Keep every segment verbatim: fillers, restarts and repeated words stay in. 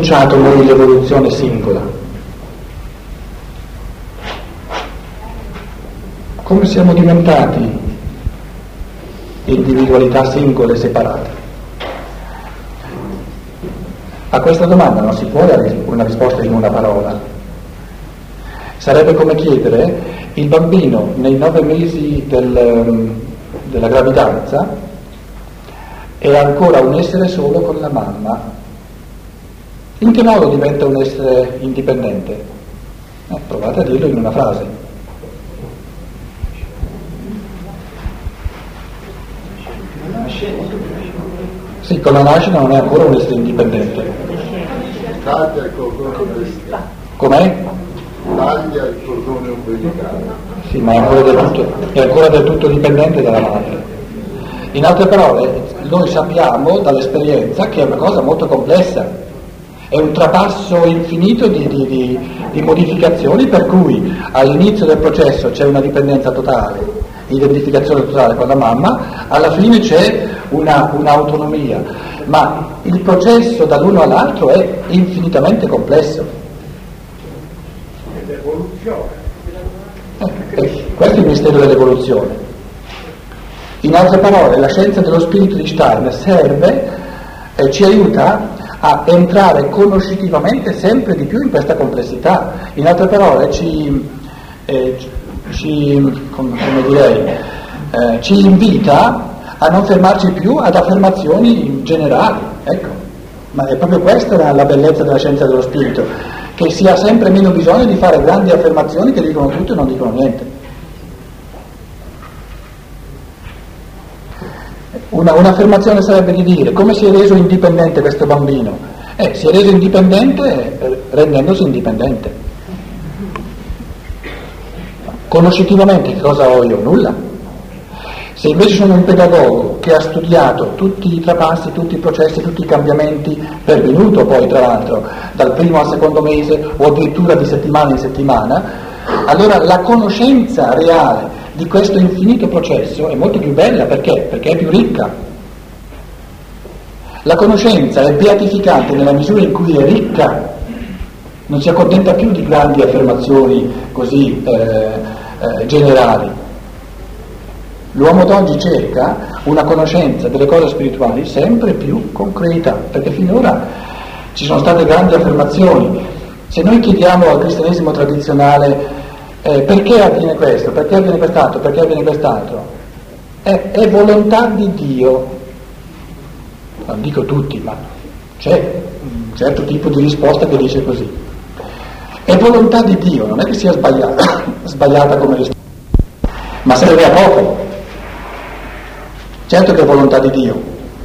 cominciato noi l'evoluzione singola? Come siamo diventati individualità singole separate? A questa domanda non si può dare una risposta in una parola. Sarebbe come chiedere: il bambino nei nove mesi del, della gravidanza è ancora un essere solo con la mamma. In che modo diventa un essere indipendente? Eh, provate a dirlo in una frase. Sì, con la nascita non è ancora un essere indipendente. Taglia il cordone umbilicale. Com'è? Taglia il cordone umbilicale. Sì, ma è ancora del tutto, è ancora del tutto dipendente dalla madre. In altre parole, noi sappiamo dall'esperienza che è una cosa molto complessa, è un trapasso infinito di, di, di, di modificazioni, per cui all'inizio del processo c'è una dipendenza totale, identificazione totale con la mamma, alla fine c'è una, un'autonomia, ma il processo dall'uno all'altro è infinitamente complesso. Ed evoluzione. Eh, questo è il mistero dell'evoluzione. In altre parole, la scienza dello spirito di Steiner serve, eh, ci aiuta a entrare conoscitivamente sempre di più in questa complessità. In altre parole, ci, eh, ci come, come direi, eh, ci invita a non fermarci più ad affermazioni generali, ecco. Ma è proprio questa la, la bellezza della scienza dello spirito, che si ha sempre meno bisogno di fare grandi affermazioni che dicono tutto e non dicono niente. Una, un'affermazione sarebbe di dire: come si è reso indipendente questo bambino? Eh, si è reso indipendente eh, rendendosi indipendente. Conoscitivamente che cosa ho io? Nulla. Se invece sono un pedagogo che ha studiato tutti i trapassi, tutti i processi, tutti i cambiamenti, pervenuto poi tra l'altro dal primo al secondo mese o addirittura di settimana in settimana, allora la conoscenza reale di questo infinito processo è molto più bella. Perché? Perché è più ricca. La conoscenza è beatificante nella misura in cui è ricca, non si accontenta più di grandi affermazioni così eh, eh, generali. L'uomo d'oggi cerca una conoscenza delle cose spirituali sempre più concreta, perché finora ci sono state grandi affermazioni. Se noi chiediamo al cristianesimo tradizionale Eh, perché avviene questo, perché avviene quest'altro, perché avviene quest'altro? È, è volontà di Dio. Non dico tutti, ma c'è un certo tipo di risposta che dice così. È volontà di Dio, non è che sia sbagliata, sbagliata come risposta, ma serve a poco. Certo che è volontà di Dio.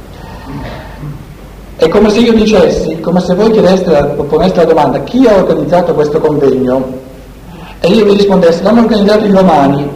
È come se io dicessi, come se voi chiedeste, poneste la domanda: chi ha organizzato questo convegno? E io vi rispondessi: l'hanno organizzato i romani.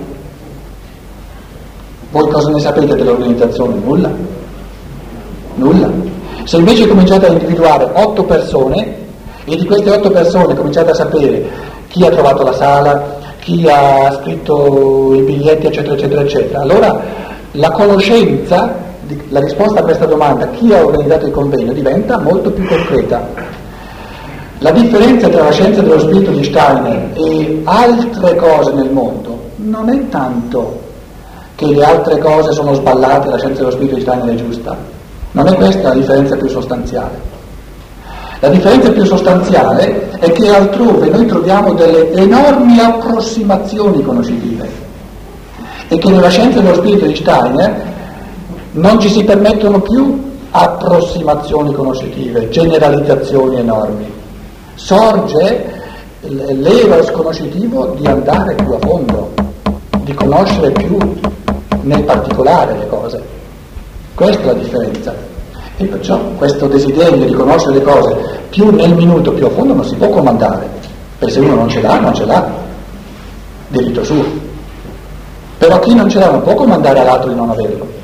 Voi cosa ne sapete dell'organizzazione? Nulla. Nulla. Se invece cominciate a individuare otto persone, e di queste otto persone cominciate a sapere chi ha trovato la sala, chi ha scritto i biglietti, eccetera, eccetera, eccetera, allora la conoscenza, la risposta a questa domanda, chi ha organizzato il convegno, diventa molto più concreta. La differenza tra la scienza dello spirito di Steiner e altre cose nel mondo non è tanto che le altre cose sono sballate e la scienza dello spirito di Steiner è giusta. Non è questa la differenza più sostanziale. La differenza più sostanziale è che altrove noi troviamo delle enormi approssimazioni conoscitive e che nella scienza dello spirito di Steiner non ci si permettono più approssimazioni conoscitive, generalizzazioni enormi. Sorge l'eros conoscitivo di andare più a fondo, di conoscere più nel particolare le cose. Questa è la differenza. E perciò questo desiderio di conoscere le cose più nel minuto, più a fondo, non si può comandare, perché se uno non ce l'ha, non ce l'ha, diritto suo. Però chi non ce l'ha non può comandare all'altro di non averlo.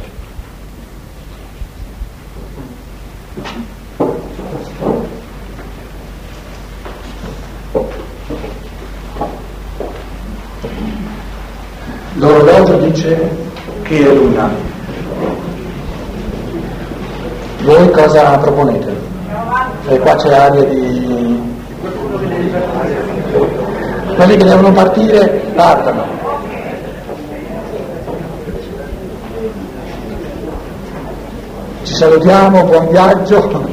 L'orologio dice che è l'una. Voi cosa proponete? E qua c'è aria di... Quelli che devono partire, partano. Ci salutiamo, buon viaggio.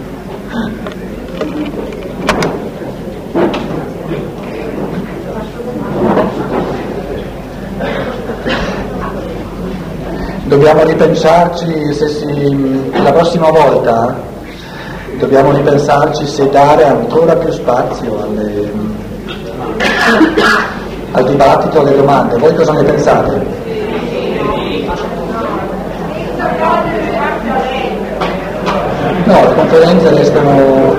Dobbiamo ripensarci se si, la prossima volta dobbiamo ripensarci se dare ancora più spazio alle, al dibattito, alle domande. Voi cosa ne pensate? No, le conferenze riescono,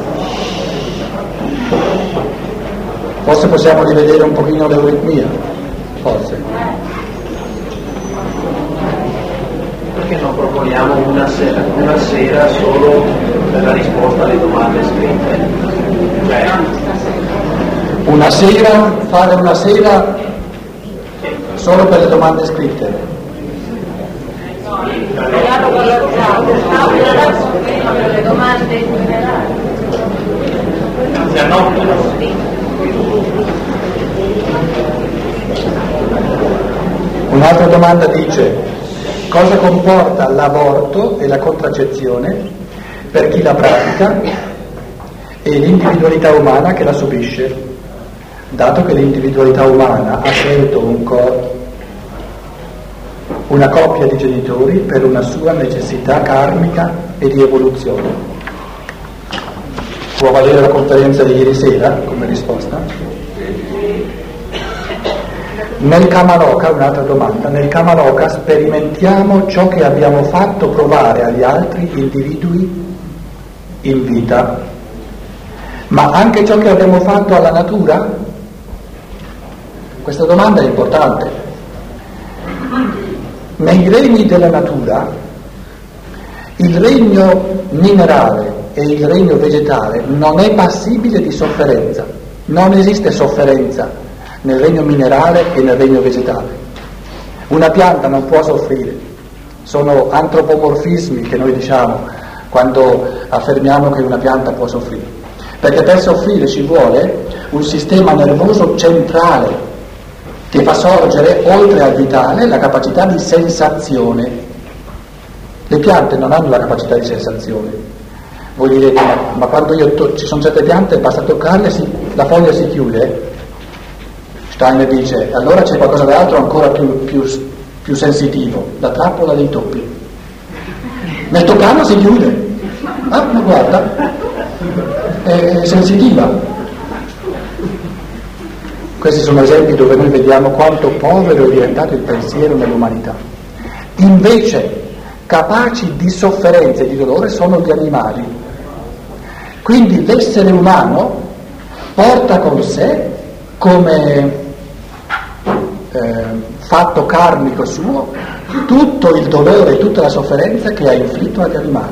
forse possiamo rivedere un pochino l'euritmia, forse. Perché non proponiamo una sera, una sera solo per la risposta alle domande scritte? Cioè, una sera, fare una sera solo per le domande scritte. Per le domande in generale. Un'altra domanda dice: cosa comporta l'aborto e la contraccezione per chi la pratica e l'individualità umana che la subisce, dato che l'individualità umana ha scelto un corpo, una coppia di genitori per una sua necessità karmica e di evoluzione. Può valere la conferenza di ieri sera come risposta? Nel Kamaloka, un'altra domanda, nel Kamaloka sperimentiamo ciò che abbiamo fatto provare agli altri individui in vita, ma anche ciò che abbiamo fatto alla natura? Questa domanda è importante. Nei regni della natura, il regno minerale e il regno vegetale non è passibile di sofferenza, non esiste sofferenza nel regno minerale e nel regno vegetale. Una pianta non può soffrire, sono antropomorfismi che noi diciamo quando affermiamo che una pianta può soffrire, perché per soffrire ci vuole un sistema nervoso centrale che fa sorgere oltre al vitale la capacità di sensazione. Le piante non hanno la capacità di sensazione. Voi direte, ma, ma quando io to- ci sono certe piante basta toccarle, si, la foglia si chiude? Steiner dice, allora c'è qualcosa d'altro ancora più, più, più sensitivo, la trappola dei topi. Nel toccarla si chiude. Ah, ma guarda, è sensitiva. Questi sono esempi dove noi vediamo quanto povero è diventato il pensiero nell'umanità. Invece, capaci di sofferenza e di dolore sono gli animali. Quindi l'essere umano porta con sé come eh, fatto karmico suo tutto il dolore e tutta la sofferenza che ha inflitto agli animali.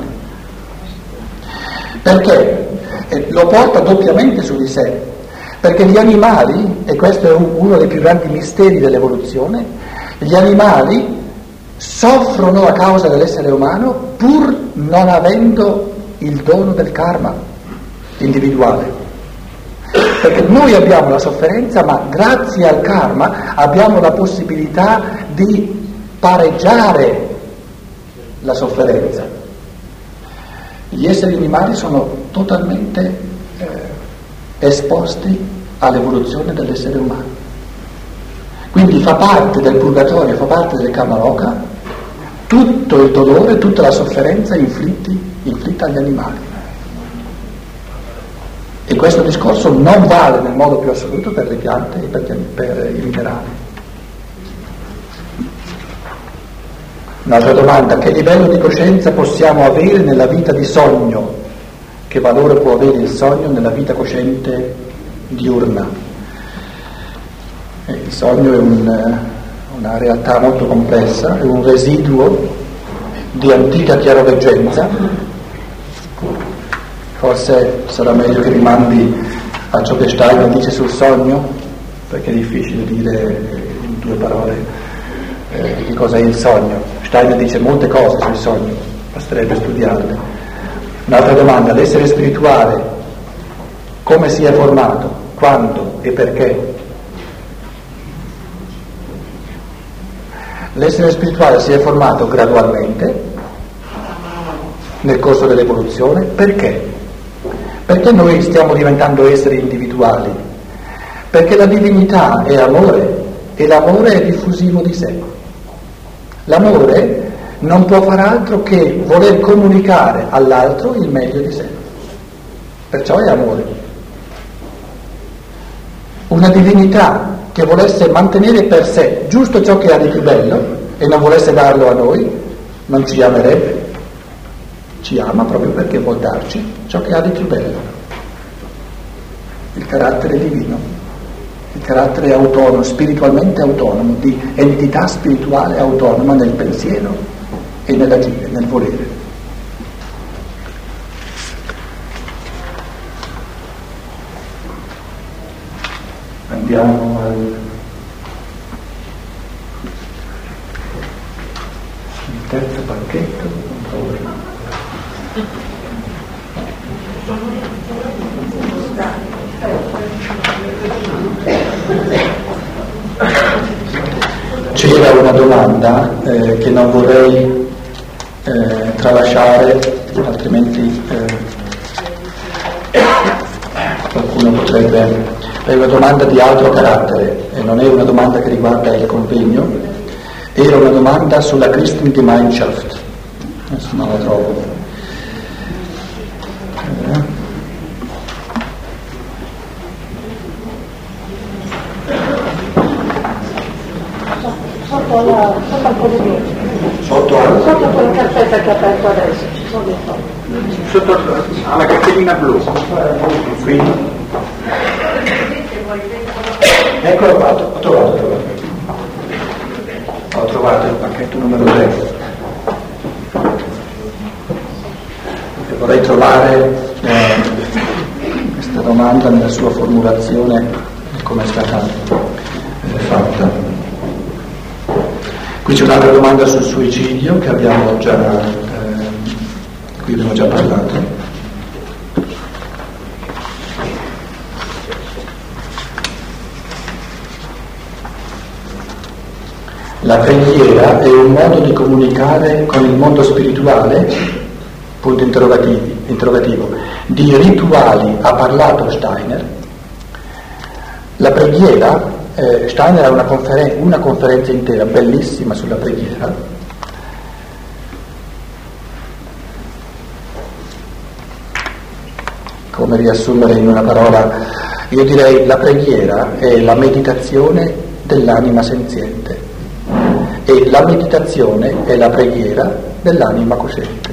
Perché? Eh, lo porta doppiamente su di sé, perché gli animali, e questo è uno dei più grandi misteri dell'evoluzione, gli animali soffrono a causa dell'essere umano pur non avendo il dono del karma individuale. Perché noi abbiamo la sofferenza, ma grazie al karma abbiamo la possibilità di pareggiare la sofferenza. Gli esseri animali sono totalmente eh, esposti all'evoluzione dell'essere umano. Quindi fa parte del purgatorio, fa parte del Kamaloka tutto il dolore, tutta la sofferenza inflitti, inflitta agli animali. E questo discorso non vale nel modo più assoluto per le piante e per, per i minerali. Un'altra domanda: che livello di coscienza possiamo avere nella vita di sogno? Che valore può avere il sogno nella vita cosciente diurna? Il sogno è un, una realtà molto complessa, è un residuo di antica chiaroveggenza. Forse sarà meglio che rimandi a ciò che Steiner dice sul sogno, perché è difficile dire in due parole eh, che cosa è il sogno. Steiner dice molte cose sul sogno, basterebbe studiarle. Un'altra domanda, l'essere spirituale come si è formato, quando e perché? L'essere spirituale si è formato gradualmente nel corso dell'evoluzione. Perché? Perché noi stiamo diventando esseri individuali? Perché la divinità è amore e l'amore è diffusivo di sé. L'amore non può far altro che voler comunicare all'altro il meglio di sé. Perciò è amore. Una divinità che volesse mantenere per sé giusto ciò che ha di più bello e non volesse darlo a noi, non ci amerebbe. Ci ama proprio perché vuol darci ciò che ha di più bello. Il carattere divino, il carattere autonomo, spiritualmente autonomo, di entità spirituale autonoma nel pensiero e nell'agire, nel volere. Andiamo al terzo pacchetto. C'era una domanda eh, che non vorrei eh, tralasciare, altrimenti eh, qualcuno potrebbe... È una domanda di altro carattere e non è una domanda che riguarda il convegno, era una domanda sulla Christengemeinschaft. Adesso non la trovo. Eh. Sotto, la, sotto al colore, Sotto al... sotto quella carpetta che ha aperto adesso, ci sono dei fondi. Sotto alla cartellina blu. Qui. Eccolo qua, ho trovato, ho trovato. Ho trovato il pacchetto numero tre. E vorrei trovare eh, questa domanda nella sua formulazione e come è stata eh, fatta. Qui c'è un'altra domanda sul suicidio che abbiamo già, eh, qui abbiamo già parlato. La preghiera è un modo di comunicare con il mondo spirituale? Punto interrogativi, interrogativo. Di rituali ha parlato Steiner. La preghiera, eh, Steiner ha una, conferen- una conferenza intera bellissima sulla preghiera. Come riassumere in una parola? Io direi la preghiera è la meditazione dell'anima senziente. E la meditazione è la preghiera dell'anima cosciente.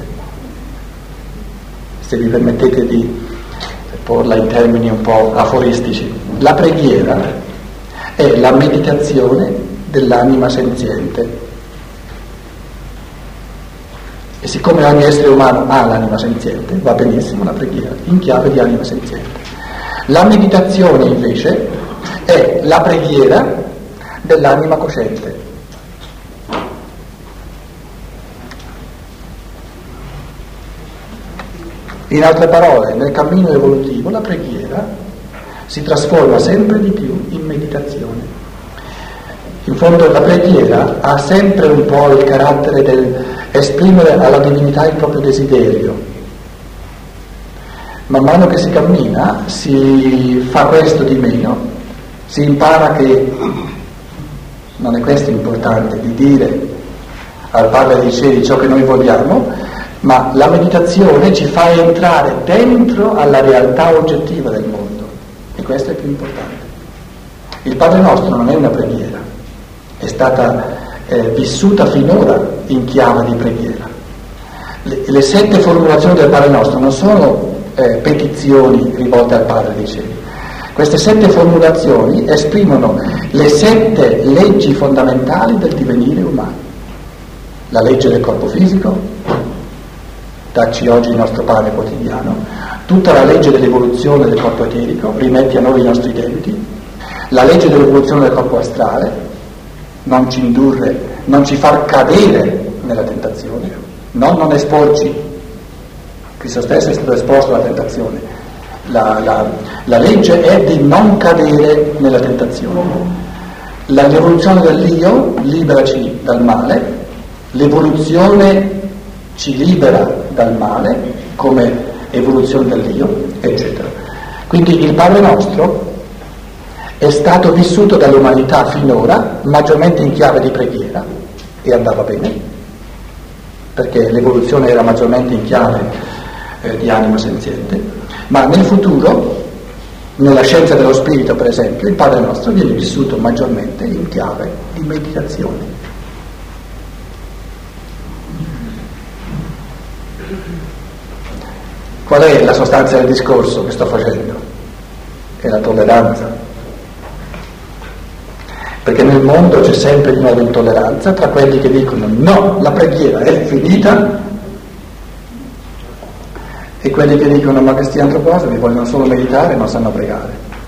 Se vi permettete di porla in termini un po' aforistici, la preghiera è la meditazione dell'anima senziente. E siccome ogni essere umano ha l'anima senziente, va benissimo la preghiera, in chiave di anima senziente. La meditazione invece è la preghiera dell'anima cosciente. In altre parole, nel cammino evolutivo la preghiera si trasforma sempre di più in meditazione. In fondo la preghiera ha sempre un po' il carattere del esprimere alla divinità il proprio desiderio. Man mano che si cammina si fa questo di meno, si impara che non è questo importante, di dire al Padre dei Cieli ciò che noi vogliamo, ma la meditazione ci fa entrare dentro alla realtà oggettiva del mondo e questo è più importante. Il Padre Nostro non è una preghiera, è stata eh, vissuta finora in chiave di preghiera. Le, le sette formulazioni del Padre Nostro non sono eh, petizioni rivolte al Padre dei Cieli. Queste sette formulazioni esprimono le sette leggi fondamentali del divenire umano. La legge del corpo fisico, dacci oggi il nostro pane quotidiano, tutta la legge dell'evoluzione del corpo eterico, rimetti a noi i nostri debiti, la legge dell'evoluzione del corpo astrale, non ci indurre, non ci far cadere nella tentazione, non non esporci, Cristo stesso è stato esposto alla tentazione. La, la, la legge è di non cadere nella tentazione. La, l'evoluzione dell'io liberaci dal male, l'evoluzione ci libera dal male come evoluzione dell'io, eccetera. Quindi il Padre nostro è stato vissuto dall'umanità finora maggiormente in chiave di preghiera e andava bene, perché l'evoluzione era maggiormente in chiave eh, di anima senziente, ma nel futuro, nella scienza dello spirito per esempio, il Padre nostro viene vissuto maggiormente in chiave di meditazione. Qual è la sostanza del discorso che sto facendo? È la tolleranza. Perché nel mondo c'è sempre di nuovo intolleranza tra quelli che dicono no, la preghiera è finita, e quelli che dicono ma questi antroposofi vogliono solo meditare e non sanno pregare.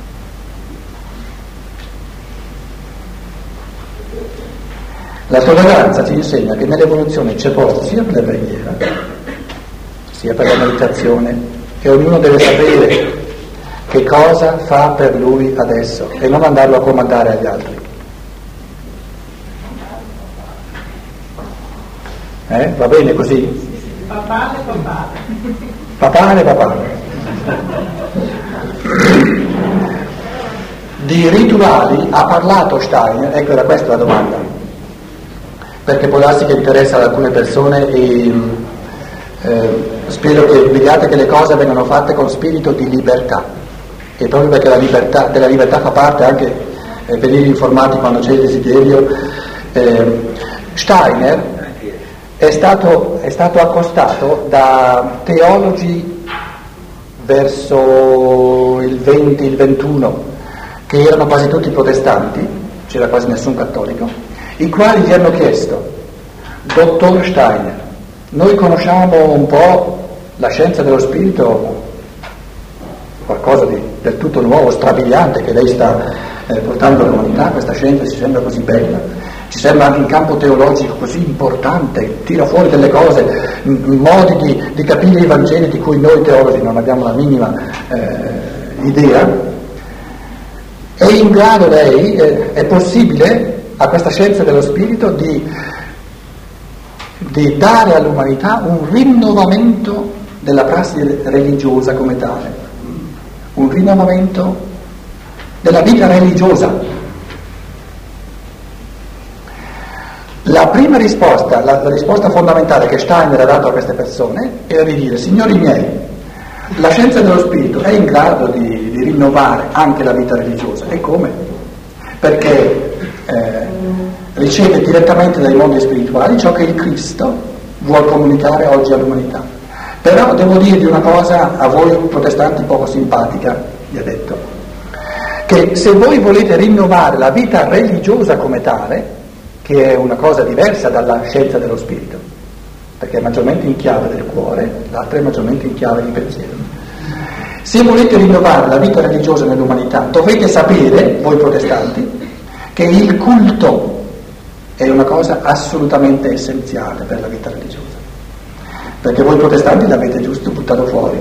La tolleranza ci insegna che nell'evoluzione c'è posto sia per la preghiera sia per la meditazione, e ognuno deve sapere che cosa fa per lui adesso e non andarlo a comandare agli altri. Eh? Va bene così? Papale, papale. Papale, papale. Di rituali ha parlato Steiner, ecco, era questa la domanda, perché può darsi che interessa ad alcune persone e eh, spero che vediate che le cose vengano fatte con spirito di libertà, e proprio perché la libertà, della libertà fa parte anche eh, venire informati quando c'è il desiderio. eh, Steiner È stato, è stato accostato da teologi verso il venti, il ventuno, che erano quasi tutti protestanti, c'era quasi nessun cattolico, i quali gli hanno chiesto: dottor Steiner, noi conosciamo un po' la scienza dello spirito, qualcosa di del tutto nuovo, strabiliante, che lei sta eh, portando all'umanità, questa scienza ci sembra così bella, ci sembra anche in campo teologico così importante, tira fuori delle cose, m- modi di, di capire i Vangeli di cui noi teologi non abbiamo la minima eh, idea. È in grado lei, eh, è possibile a questa scienza dello spirito di, di dare all'umanità un rinnovamento della prassi religiosa come tale, un rinnovamento della vita religiosa. La prima risposta, la, la risposta fondamentale che Steiner ha dato a queste persone era di dire: signori miei, la scienza dello spirito è in grado di, di rinnovare anche la vita religiosa. E come? Perché eh, riceve direttamente dai mondi spirituali ciò che il Cristo vuole comunicare oggi all'umanità. Però devo dirvi una cosa a voi protestanti poco simpatica, gli ha detto, che se voi volete rinnovare la vita religiosa come tale, che è una cosa diversa dalla scienza dello spirito, perché è maggiormente in chiave del cuore, l'altra è maggiormente in chiave di pensiero. Se volete rinnovare la vita religiosa nell'umanità, dovete sapere, voi protestanti, che il culto è una cosa assolutamente essenziale per la vita religiosa, perché voi protestanti l'avete giusto buttato fuori.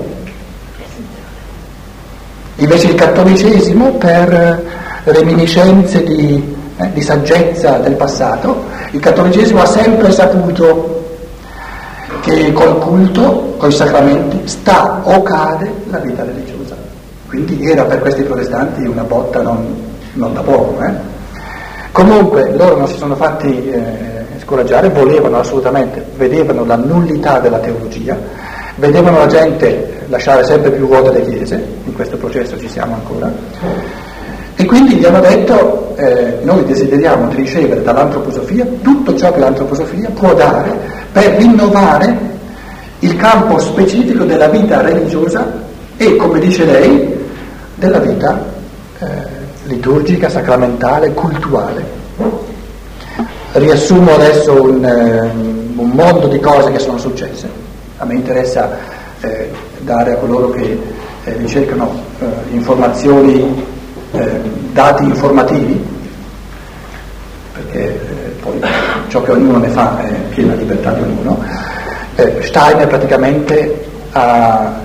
Invece il cattolicesimo, per reminiscenze di Eh, di saggezza del passato, il cattolicesimo ha sempre saputo che col culto, coi sacramenti, sta o cade la vita religiosa. Quindi era per questi protestanti una botta non, non da poco. Eh? Comunque loro non si sono fatti eh, scoraggiare, volevano assolutamente, vedevano la nullità della teologia, vedevano la gente lasciare sempre più vuote le chiese, in questo processo ci siamo ancora. E quindi gli hanno detto, eh, noi desideriamo di ricevere dall'antroposofia tutto ciò che l'antroposofia può dare per rinnovare il campo specifico della vita religiosa e, come dice lei, della vita eh, liturgica, sacramentale, cultuale. Riassumo adesso un, eh, un mondo di cose che sono successe. A me interessa eh, dare a coloro che eh, ricercano eh, informazioni, Eh, dati informativi, perché eh, poi ciò che ognuno ne fa è piena libertà di ognuno. eh, Steiner praticamente ha,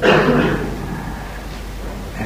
eh,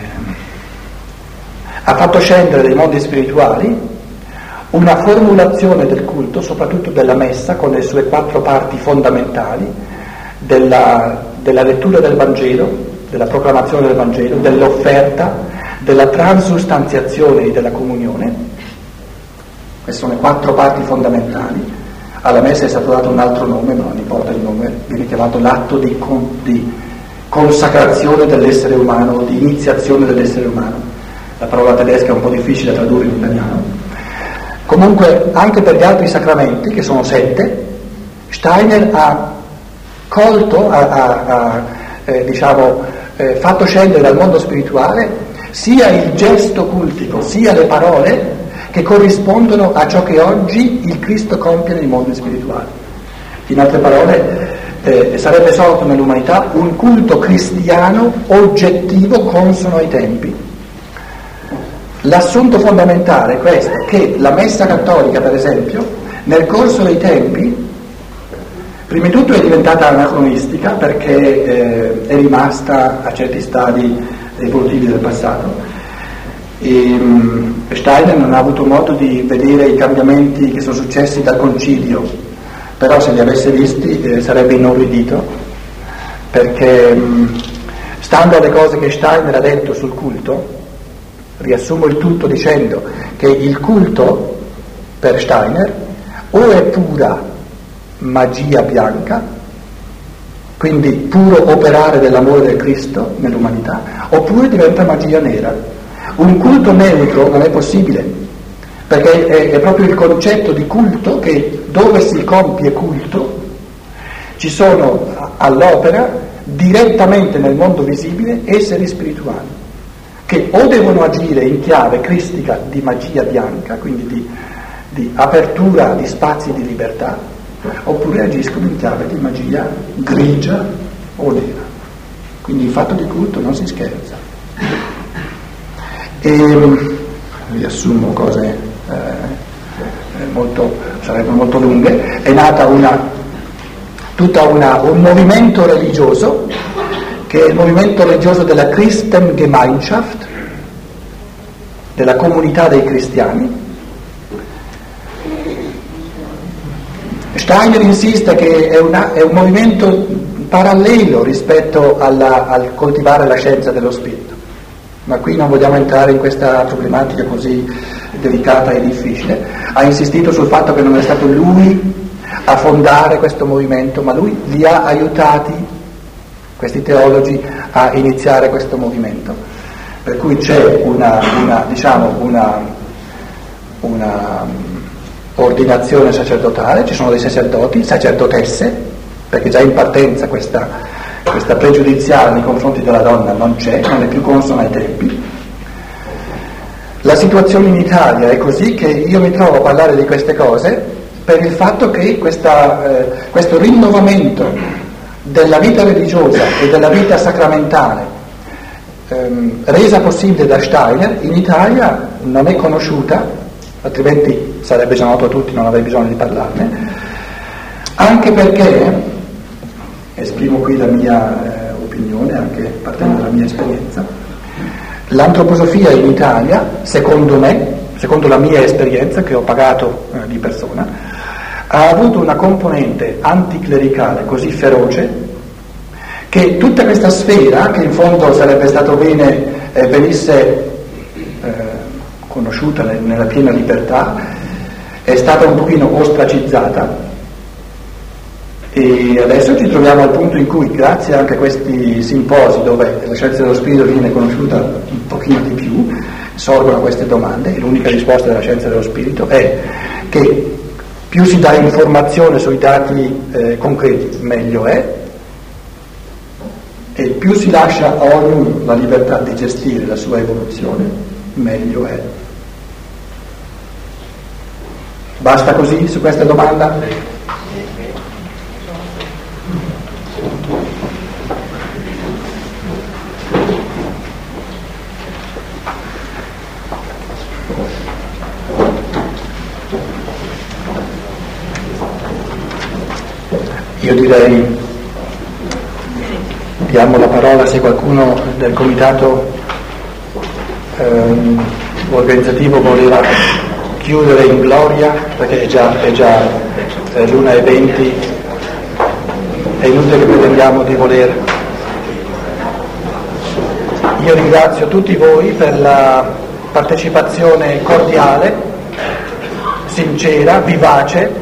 ha fatto scendere dai mondi spirituali una formulazione del culto, soprattutto della messa, con le sue quattro parti fondamentali, della, della lettura del Vangelo, della proclamazione del Vangelo, dell'offerta, della transustanziazione e della comunione. Queste sono le quattro parti fondamentali. Alla messa è stato dato un altro nome, ma non importa il nome, viene chiamato l'atto di, con, di consacrazione dell'essere umano, di iniziazione dell'essere umano. La parola tedesca è un po' difficile da tradurre in italiano. Comunque anche per gli altri sacramenti, che sono sette, Steiner ha colto, ha, ha, ha eh, diciamo, eh, fatto scendere dal mondo spirituale sia il gesto cultico, sia le parole che corrispondono a ciò che oggi il Cristo compie nei mondi spirituali. In altre parole, eh, sarebbe sorto nell'umanità un culto cristiano oggettivo consono ai tempi. L'assunto fondamentale è questo, che la messa cattolica, per esempio, nel corso dei tempi, prima di tutto è diventata anacronistica perché eh, è rimasta a certi stadi evolutivi del passato. E, um, Steiner non ha avuto modo di vedere i cambiamenti che sono successi dal concilio, però se li avesse visti eh, sarebbe inorridito, perché um, stando alle cose che Steiner ha detto sul culto, riassumo il tutto dicendo che il culto per Steiner o è pura magia bianca, quindi puro operare dell'amore del Cristo nell'umanità, oppure diventa magia nera. Un culto neutro non è possibile, perché è, è proprio il concetto di culto che dove si compie culto ci sono all'opera direttamente nel mondo visibile esseri spirituali che o devono agire in chiave cristica di magia bianca, quindi di, di apertura di spazi di libertà, oppure agiscono in chiave di magia grigia o nera. Quindi in fatto di culto non si scherza. E riassumo cose eh, molto, sarebbero molto lunghe. È nata una, tutta una, un movimento religioso che è il movimento religioso della Christengemeinschaft, della comunità dei cristiani. Steiner insiste che è, una, è un movimento parallelo rispetto alla, al coltivare la scienza dello spirito, ma qui non vogliamo entrare in questa problematica così delicata e difficile. Ha insistito sul fatto che non è stato lui a fondare questo movimento, ma lui li ha aiutati, questi teologi, a iniziare questo movimento, per cui c'è una, una diciamo una, una ordinazione sacerdotale, ci sono dei sacerdoti, sacerdotesse, perché già in partenza questa, questa pregiudiziale nei confronti della donna non c'è, non è più consona ai tempi. La situazione in Italia è così che io mi trovo a parlare di queste cose per il fatto che questa, eh, questo rinnovamento della vita religiosa e della vita sacramentale ehm, resa possibile da Steiner in Italia non è conosciuta, altrimenti sarebbe già noto a tutti, non avrei bisogno di parlarne, anche perché, esprimo qui la mia eh, opinione anche partendo dalla mia esperienza, l'antroposofia in Italia, secondo me, secondo la mia esperienza che ho pagato eh, di persona, ha avuto una componente anticlericale così feroce che tutta questa sfera, che in fondo sarebbe stato bene eh, venisse eh, conosciuta nel, nella piena libertà, è stata un pochino ostracizzata, e adesso ci troviamo al punto in cui, grazie anche a questi simposi dove la scienza dello spirito viene conosciuta un pochino di più, sorgono queste domande, e l'unica risposta della scienza dello spirito è che più si dà informazione sui dati eh, concreti, meglio è, e più si lascia a ognuno la libertà di gestire la sua evoluzione, meglio è. Basta così su questa domanda? Io direi diamo la parola se qualcuno del comitato ehm, organizzativo voleva chiudere in gloria, perché è già, è già è l'una e venti, è inutile che pretendiamo di voler. Io ringrazio tutti voi per la partecipazione cordiale, sincera, vivace,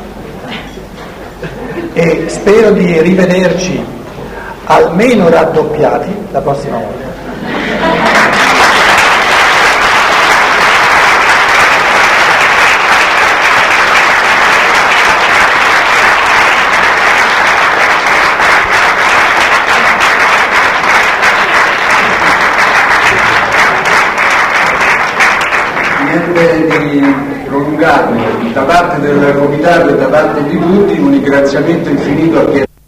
e spero di rivederci almeno raddoppiati la prossima volta. Niente di prolungarmi, da parte del comitato e da parte di tutti un ringraziamento infinito a chi